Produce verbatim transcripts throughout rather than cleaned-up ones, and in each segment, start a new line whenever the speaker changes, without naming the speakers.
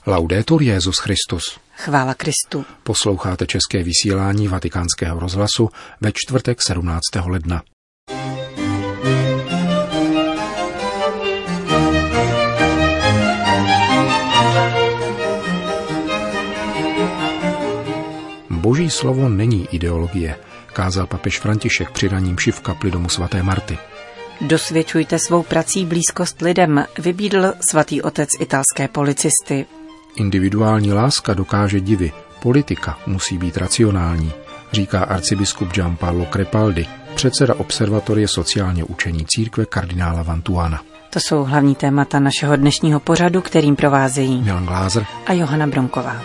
Laudetur Jesus Christus.
Chvála Kristu.
Posloucháte české vysílání Vatikánského rozhlasu ve čtvrtek sedmnáctého ledna. Boží slovo není ideologie, kázal papež František při raním mši v kapli domu svaté Marty.
Dosvědčujte svou prací blízkost lidem, vybídl svatý otec italské policisty.
Individuální láska dokáže divy, politika musí být racionální, říká arcibiskup Gianpaolo Crepaldi, předseda Observatorie sociálně učení církve kardinála Vantuana.
To jsou hlavní témata našeho dnešního pořadu, kterým provázejí
Milan Glázer
a Johana Bronková.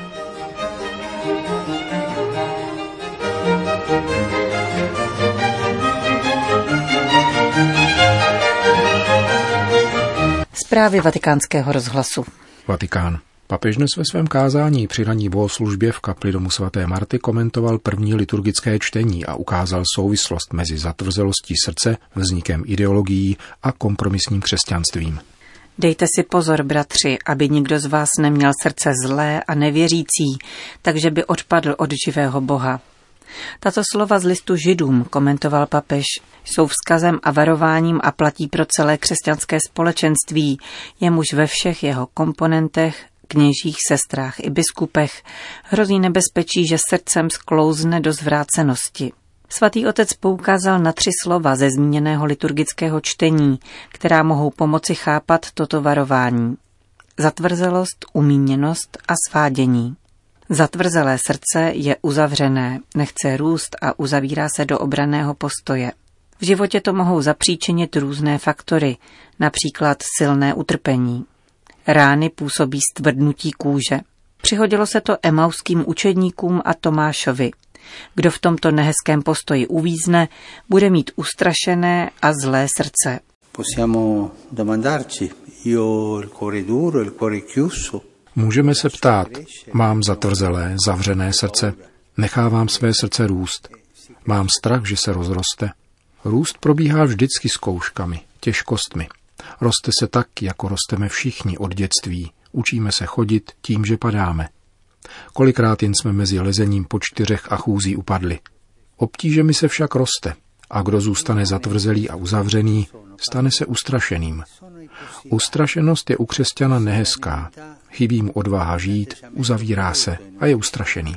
Zprávy Vatikánského rozhlasu.
Vatikán. Papež dnes ve svém kázání při ranní bohoslužbě v kapli domu svaté Marty komentoval první liturgické čtení a ukázal souvislost mezi zatvrzelostí srdce, vznikem ideologií a kompromisním křesťanstvím.
Dejte si pozor, bratři, aby nikdo z vás neměl srdce zlé a nevěřící, takže by odpadl od živého Boha. Tato slova z listu Židům, komentoval papež, jsou vzkazem a varováním a platí pro celé křesťanské společenství, jemuž ve všech jeho komponentech, kněžích, sestrách i biskupech hrozí nebezpečí, že srdcem sklouzne do zvrácenosti. Svatý otec poukázal na tři slova ze zmíněného liturgického čtení, která mohou pomoci chápat toto varování. Zatvrzelost, umíněnost a svádění. Zatvrzelé srdce je uzavřené, nechce růst a uzavírá se do obranného postoje. V životě to mohou zapříčinit různé faktory, například silné utrpení. Rány působí stvrdnutí kůže. Přihodilo se to emauským učedníkům a Tomášovi. Kdo v tomto nehezkém postoji uvízne, bude mít ustrašené a zlé srdce.
Possiamo domandarci, io il cuore duro, il cuore chiuso.
Můžeme se ptát, mám zatvrzelé, zavřené srdce, nechávám své srdce růst, mám strach, že se rozroste. Růst probíhá vždycky zkouškami, těžkostmi. Roste se tak, jako rosteme všichni od dětství. Učíme se chodit tím, že padáme. Kolikrát jen jsme mezi lezením po čtyřech a chůzí upadli. Obtížemi se však roste a kdo zůstane zatvrzelý a uzavřený, stane se ustrašeným. Ustrašenost je u křesťana nehezká. Chybí mu odvaha žít, uzavírá se a je ustrašený.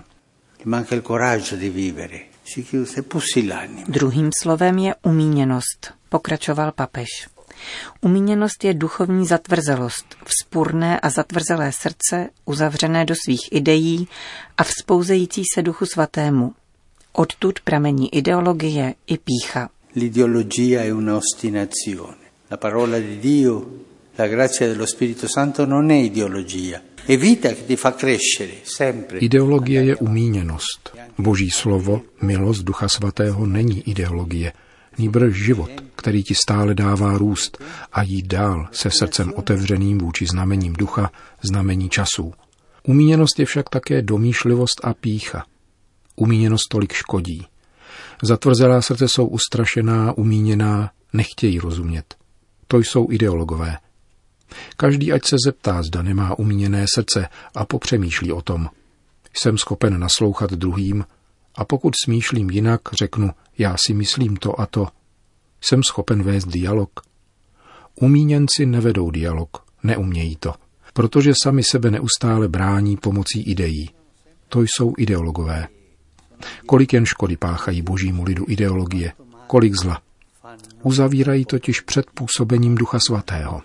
Druhým slovem je umíněnost, pokračoval papež. Umíněnost je duchovní zatvrzelost, vzpurné a zatvrzelé srdce, uzavřené do svých ideí a vzpouzející se Duchu Svatému. Odtud pramení ideologie i pýcha.
L'ideologia è un'ostinazione. La parola di Dio, la grazia dello Spirito Santo non è ideologia. È vita che ti fa crescere sempre.
Ideologie je umíněnost. Boží slovo, milost Ducha Svatého není ideologie. Nýbrž život, který ti stále dává růst a jít dál se srdcem otevřeným vůči znamením ducha, znamení časů. Umíněnost je však také domýšlivost a pýcha. Umíněnost tolik škodí. Zatvrzelá srdce jsou ustrašená, umíněná, nechtějí rozumět. To jsou ideologové. Každý ať se zeptá, zda nemá umíněné srdce a popřemýšlí o tom. Jsem schopen naslouchat druhým a pokud smýšlím jinak, řeknu, já si myslím to a to. Jsem schopen vést dialog. Umíněnci nevedou dialog, neumějí to, protože sami sebe neustále brání pomocí ideí. To jsou ideologové. Kolik jen škody páchají božímu lidu ideologie, kolik zla. Uzavírají totiž před působením Ducha Svatého.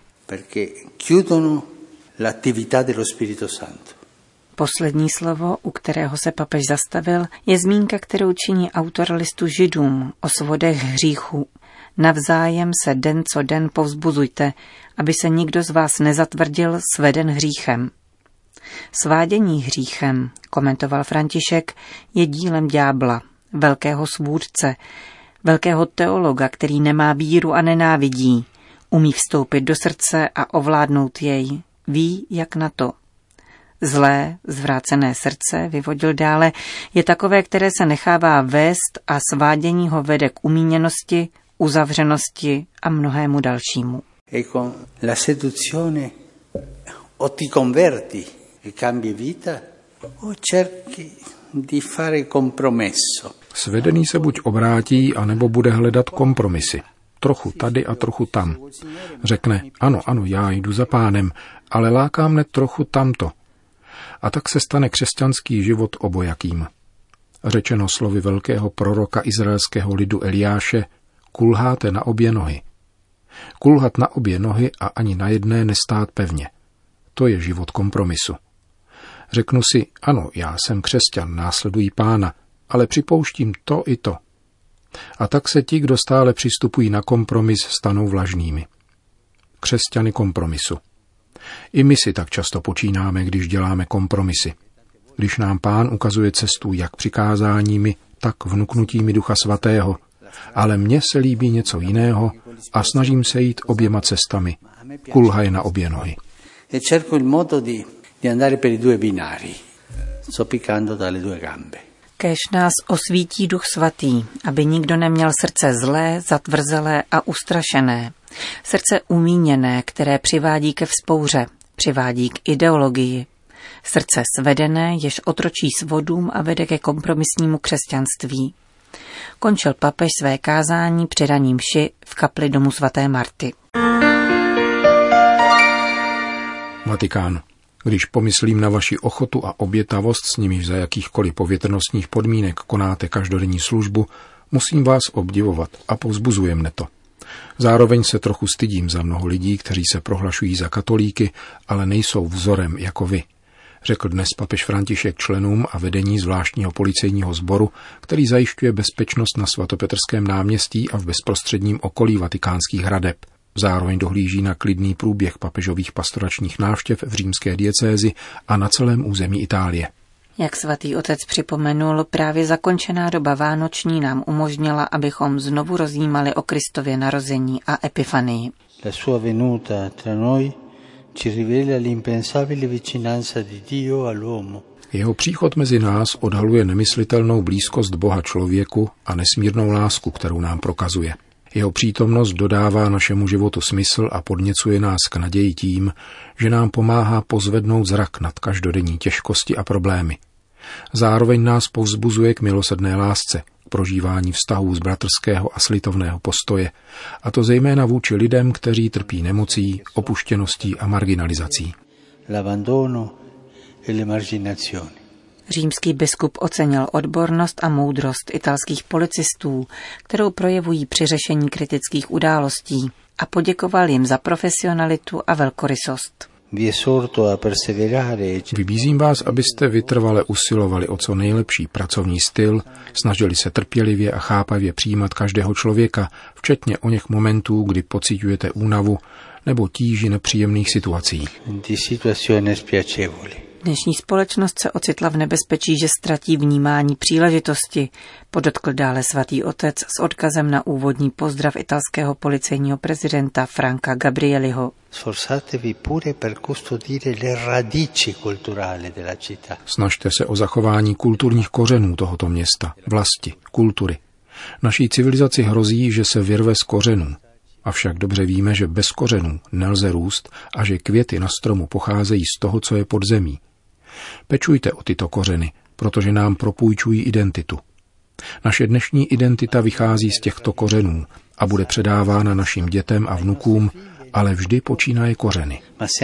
Poslední slovo, u kterého se papež zastavil, je zmínka, kterou činí autor listu Židům o svodech hříchu. Navzájem se den co den povzbuzujte, aby se nikdo z vás nezatvrdil sveden hříchem. Svádění hříchem, komentoval František, je dílem ďábla, velkého svůdce, velkého teologa, který nemá víru a nenávidí, umí vstoupit do srdce a ovládnout jej, ví, jak na to. Zlé, zvrácené srdce, vyvodil dále, je takové, které se nechává vést a svádění ho vede k umíněnosti, uzavřenosti a mnohému dalšímu.
Ecco, la seduzione o ti converti e cambi vita o cerchi di fare compromesso.
Svedený se buď obrátí, anebo bude hledat kompromisy. Trochu tady a trochu tam. Řekne, ano, ano, já jdu za Pánem, ale láká mne trochu tamto. A tak se stane křesťanský život obojakým. Řečeno slovy velkého proroka izraelského lidu Eliáše, kulháte na obě nohy. Kulhat na obě nohy a ani na jedné nestát pevně. To je život kompromisu. Řeknu si, ano, já jsem křesťan, následuji Pána, ale připouštím to i to. A tak se ti, kdo stále přistupují na kompromis, stanou vlažnými. Křesťany kompromisu. I my si tak často počínáme, když děláme kompromisy. Když nám Pán ukazuje cestu jak přikázáními, tak vnuknutími Ducha Svatého, ale mně se líbí něco jiného a snažím se jít oběma cestami. Kulhaj na obě nohy.
E cerco il modo di, di andare per i due binari, zoppicando dalle due gambe.
Kéž nás osvítí Duch Svatý, aby nikdo neměl srdce zlé, zatvrzelé a ustrašené. Srdce umíněné, které přivádí ke vzpouře, přivádí k ideologii. Srdce svedené, jež otročí svodům a vede ke kompromisnímu křesťanství. Končil papež své kázání při raní mši v kapli domu svaté Marty.
Vatikán. Když pomyslím na vaši ochotu a obětavost, s nimiž za jakýchkoliv povětrnostních podmínek konáte každodenní službu, musím vás obdivovat a povzbuzuje mne to. Zároveň se trochu stydím za mnoho lidí, kteří se prohlašují za katolíky, ale nejsou vzorem jako vy, řekl dnes papež František členům a vedení zvláštního policejního sboru, který zajišťuje bezpečnost na svatopetrském náměstí a v bezprostředním okolí vatikánských hradeb. Zároveň dohlíží na klidný průběh papežových pastoračních návštěv v římské diecézi a na celém území Itálie.
Jak svatý otec připomenul, právě zakončená doba vánoční nám umožnila, abychom znovu rozjímali o Kristově narození a epifanii.
La sua venuta tra noi ci rivela l'impensabile vicinanza di Dio all'uomo.
Jeho příchod mezi nás odhaluje nemyslitelnou blízkost Boha člověku a nesmírnou lásku, kterou nám prokazuje. Jeho přítomnost dodává našemu životu smysl a podněcuje nás k naději tím, že nám pomáhá pozvednout zrak nad každodenní těžkosti a problémy. Zároveň nás povzbuzuje k milosrdné lásce, k prožívání vztahů z bratrského a slitovného postoje, a to zejména vůči lidem, kteří trpí nemocí, opuštěností a marginalizací.
L'abbandono e le marginazioni.
Římský biskup ocenil odbornost a moudrost italských policistů, kterou projevují při řešení kritických událostí, a poděkoval jim za profesionalitu a velkorysost.
Vybízím vás, abyste vytrvale usilovali o co nejlepší pracovní styl, snažili se trpělivě a chápavě přijímat každého člověka, včetně o něch momentů, kdy pociťujete únavu nebo tíži nepříjemných situací.
Dnešní společnost se ocitla v nebezpečí, že ztratí vnímání příležitosti, podotkl dále svatý otec s odkazem na úvodní pozdrav italského policejního prezidenta Franca Gabrieliho.
Snažte se o zachování kulturních kořenů tohoto města, vlasti, kultury. Naší civilizaci hrozí, že se vyrve z kořenů. Avšak dobře víme, že bez kořenů nelze růst a že květy na stromu pocházejí z toho, co je pod zemí. Pečujte o tyto kořeny, protože nám propůjčují identitu. Naše dnešní identita vychází z těchto kořenů a bude předávána našim dětem a vnukům, ale vždy počínaje kořeny.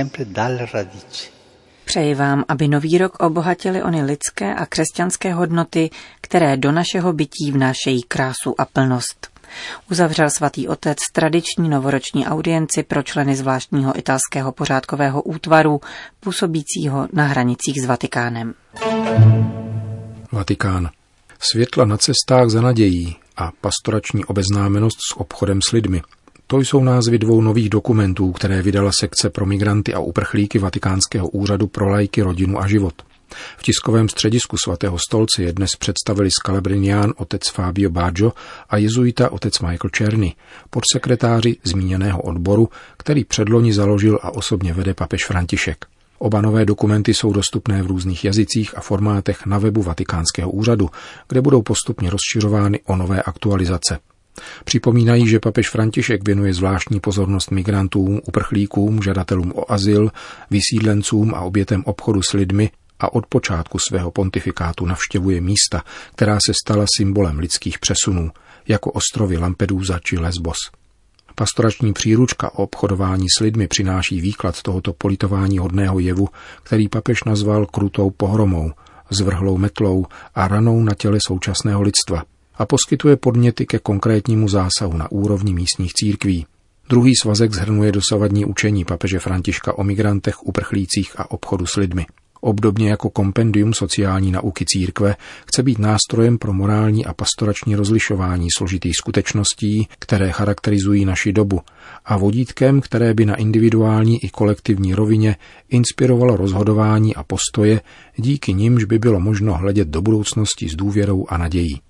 Přeji vám, aby nový rok obohatili ony lidské a křesťanské hodnoty, které do našeho bytí vnášejí krásu a plnost. Uzavřel svatý otec tradiční novoroční audienci pro členy zvláštního italského pořádkového útvaru, působícího na hranicích s Vatikánem.
Vatikán. Světla na cestách za nadějí a pastorační obeznámenost s obchodem s lidmi. To jsou názvy dvou nových dokumentů, které vydala sekce pro migranty a uprchlíky Vatikánského úřadu pro laiky, rodinu a život. V tiskovém středisku svatého stolce je dnes představili skalabrinián otec Fabio Baggio a jezuita otec Michael Czerny, podsekretáři zmíněného odboru, který předloni založil a osobně vede papež František. Oba nové dokumenty jsou dostupné v různých jazycích a formátech na webu Vatikánského úřadu, kde budou postupně rozšiřovány o nové aktualizace. Připomínají, že papež František věnuje zvláštní pozornost migrantům, uprchlíkům, žadatelům o azyl, vysídlencům a obětem obchodu s lidmi a od počátku svého pontifikátu navštěvuje místa, která se stala symbolem lidských přesunů, jako ostrovy Lampedusa či Lesbos. Pastorační příručka o obchodování s lidmi přináší výklad tohoto politování hodného jevu, který papež nazval krutou pohromou, zvrhlou metlou a ranou na těle současného lidstva a poskytuje podněty ke konkrétnímu zásahu na úrovni místních církví. Druhý svazek shrnuje dosavadní učení papeže Františka o migrantech, uprchlících a obchodu s lidmi. Obdobně jako kompendium sociální nauky církve chce být nástrojem pro morální a pastorační rozlišování složitých skutečností, které charakterizují naši dobu, a vodítkem, které by na individuální i kolektivní rovině inspirovalo rozhodování a postoje, díky nimž by bylo možno hledět do budoucnosti s důvěrou a nadějí.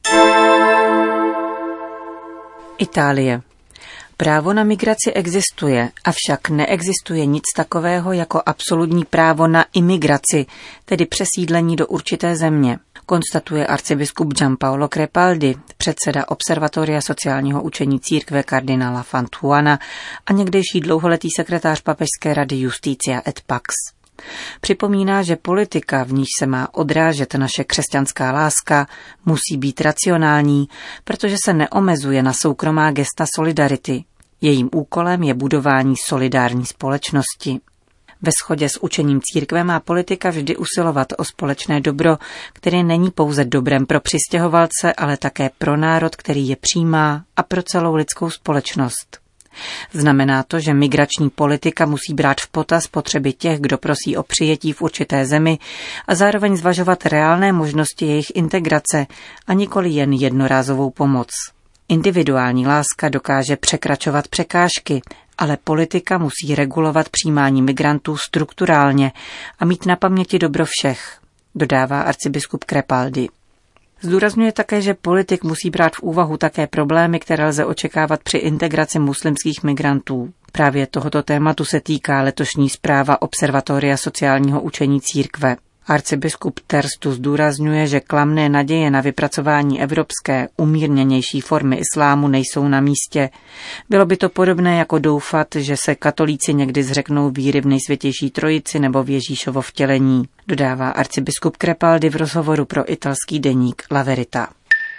Itálie. Právo na migraci existuje, avšak neexistuje nic takového jako absolutní právo na imigraci, tedy přesídlení do určité země, konstatuje arcibiskup Giampaolo Crepaldi, předseda Observatoria sociálního učení církve kardinála Fantuana a někdejší dlouholetý sekretář papežské rady Justitia et Pax. Připomíná, že politika, v níž se má odrážet naše křesťanská láska, musí být racionální, protože se neomezuje na soukromá gesta solidarity. Jejím úkolem je budování solidární společnosti. Ve shodě s učením církve má politika vždy usilovat o společné dobro, které není pouze dobrem pro přistěhovalce, ale také pro národ, který je přijímá, a pro celou lidskou společnost. Znamená to, že migrační politika musí brát v potaz potřeby těch, kdo prosí o přijetí v určité zemi, a zároveň zvažovat reálné možnosti jejich integrace a nikoli jen jednorázovou pomoc. Individuální láska dokáže překračovat překážky, ale politika musí regulovat přijímání migrantů strukturálně a mít na paměti dobro všech, dodává arcibiskup Crepaldi. Zdůrazňuje také, že politik musí brát v úvahu také problémy, které lze očekávat při integraci muslimských migrantů. Právě tohoto tématu se týká letošní zpráva Observatoria sociálního učení církve. Arcibiskup Terstu zdůrazňuje, že klamné naděje na vypracování evropské, umírněnější formy islámu nejsou na místě. Bylo by to podobné jako doufat, že se katolíci někdy zřeknou víry v nejsvětější trojici nebo v Ježíšovo vtělení, dodává arcibiskup Crepaldi v rozhovoru pro italský deník La Verità.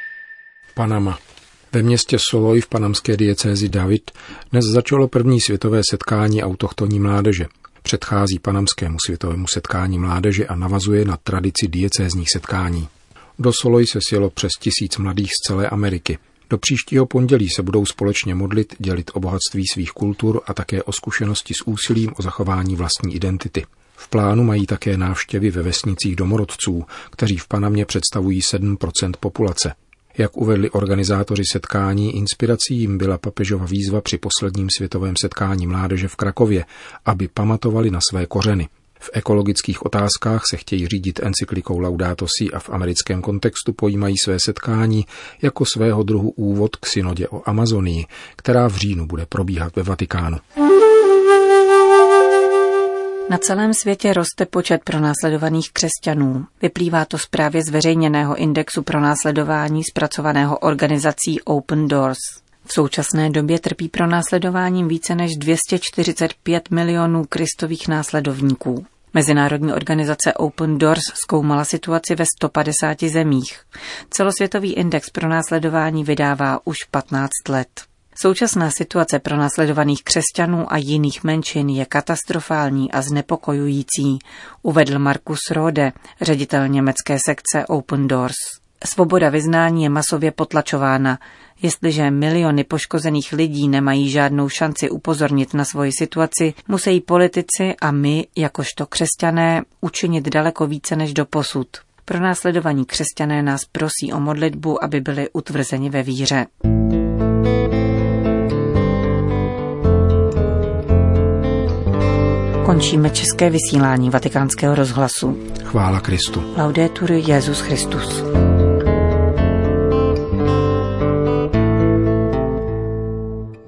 Panama. Ve městě Soloj v panamské diecézi David dnes začalo první světové setkání autochtonní mládeže. Předchází panamskému světovému setkání mládeže a navazuje na tradici diecézních setkání. Do Soloj se sjelo přes tisíc mladých z celé Ameriky. Do příštího pondělí se budou společně modlit, dělit o bohatství svých kultur a také o zkušenosti s úsilím o zachování vlastní identity. V plánu mají také návštěvy ve vesnicích domorodců, kteří v Panamě představují sedm procent populace. Jak uvedli organizátoři setkání, inspirací jim byla papežova výzva při posledním světovém setkání mládeže v Krakově, aby pamatovali na své kořeny. V ekologických otázkách se chtějí řídit encyklikou Laudato Si a v americkém kontextu pojímají své setkání jako svého druhu úvod k synodě o Amazonii, která v říjnu bude probíhat ve Vatikánu.
Na celém světě roste počet pronásledovaných křesťanů. Vyplývá to z právě zveřejněného indexu pronásledování zpracovaného organizací Open Doors. V současné době trpí pronásledováním více než dvě stě čtyřicet pět milionů kristových následovníků. Mezinárodní organizace Open Doors zkoumala situaci ve sto padesáti zemích. Celosvětový index pronásledování vydává už patnáct let. Současná situace pronásledovaných křesťanů a jiných menšin je katastrofální a znepokojující, uvedl Markus Rode, ředitel německé sekce Open Doors. Svoboda vyznání je masově potlačována. Jestliže miliony poškozených lidí nemají žádnou šanci upozornit na svoji situaci, musí politici a my, jakožto křesťané, učinit daleko více než doposud. Pronásledovaní křesťané nás prosí o modlitbu, aby byli utvrzeni ve víře. Končíme české vysílání Vatikánského rozhlasu.
Chvála Kristu.
Laudetur Jesus Christus.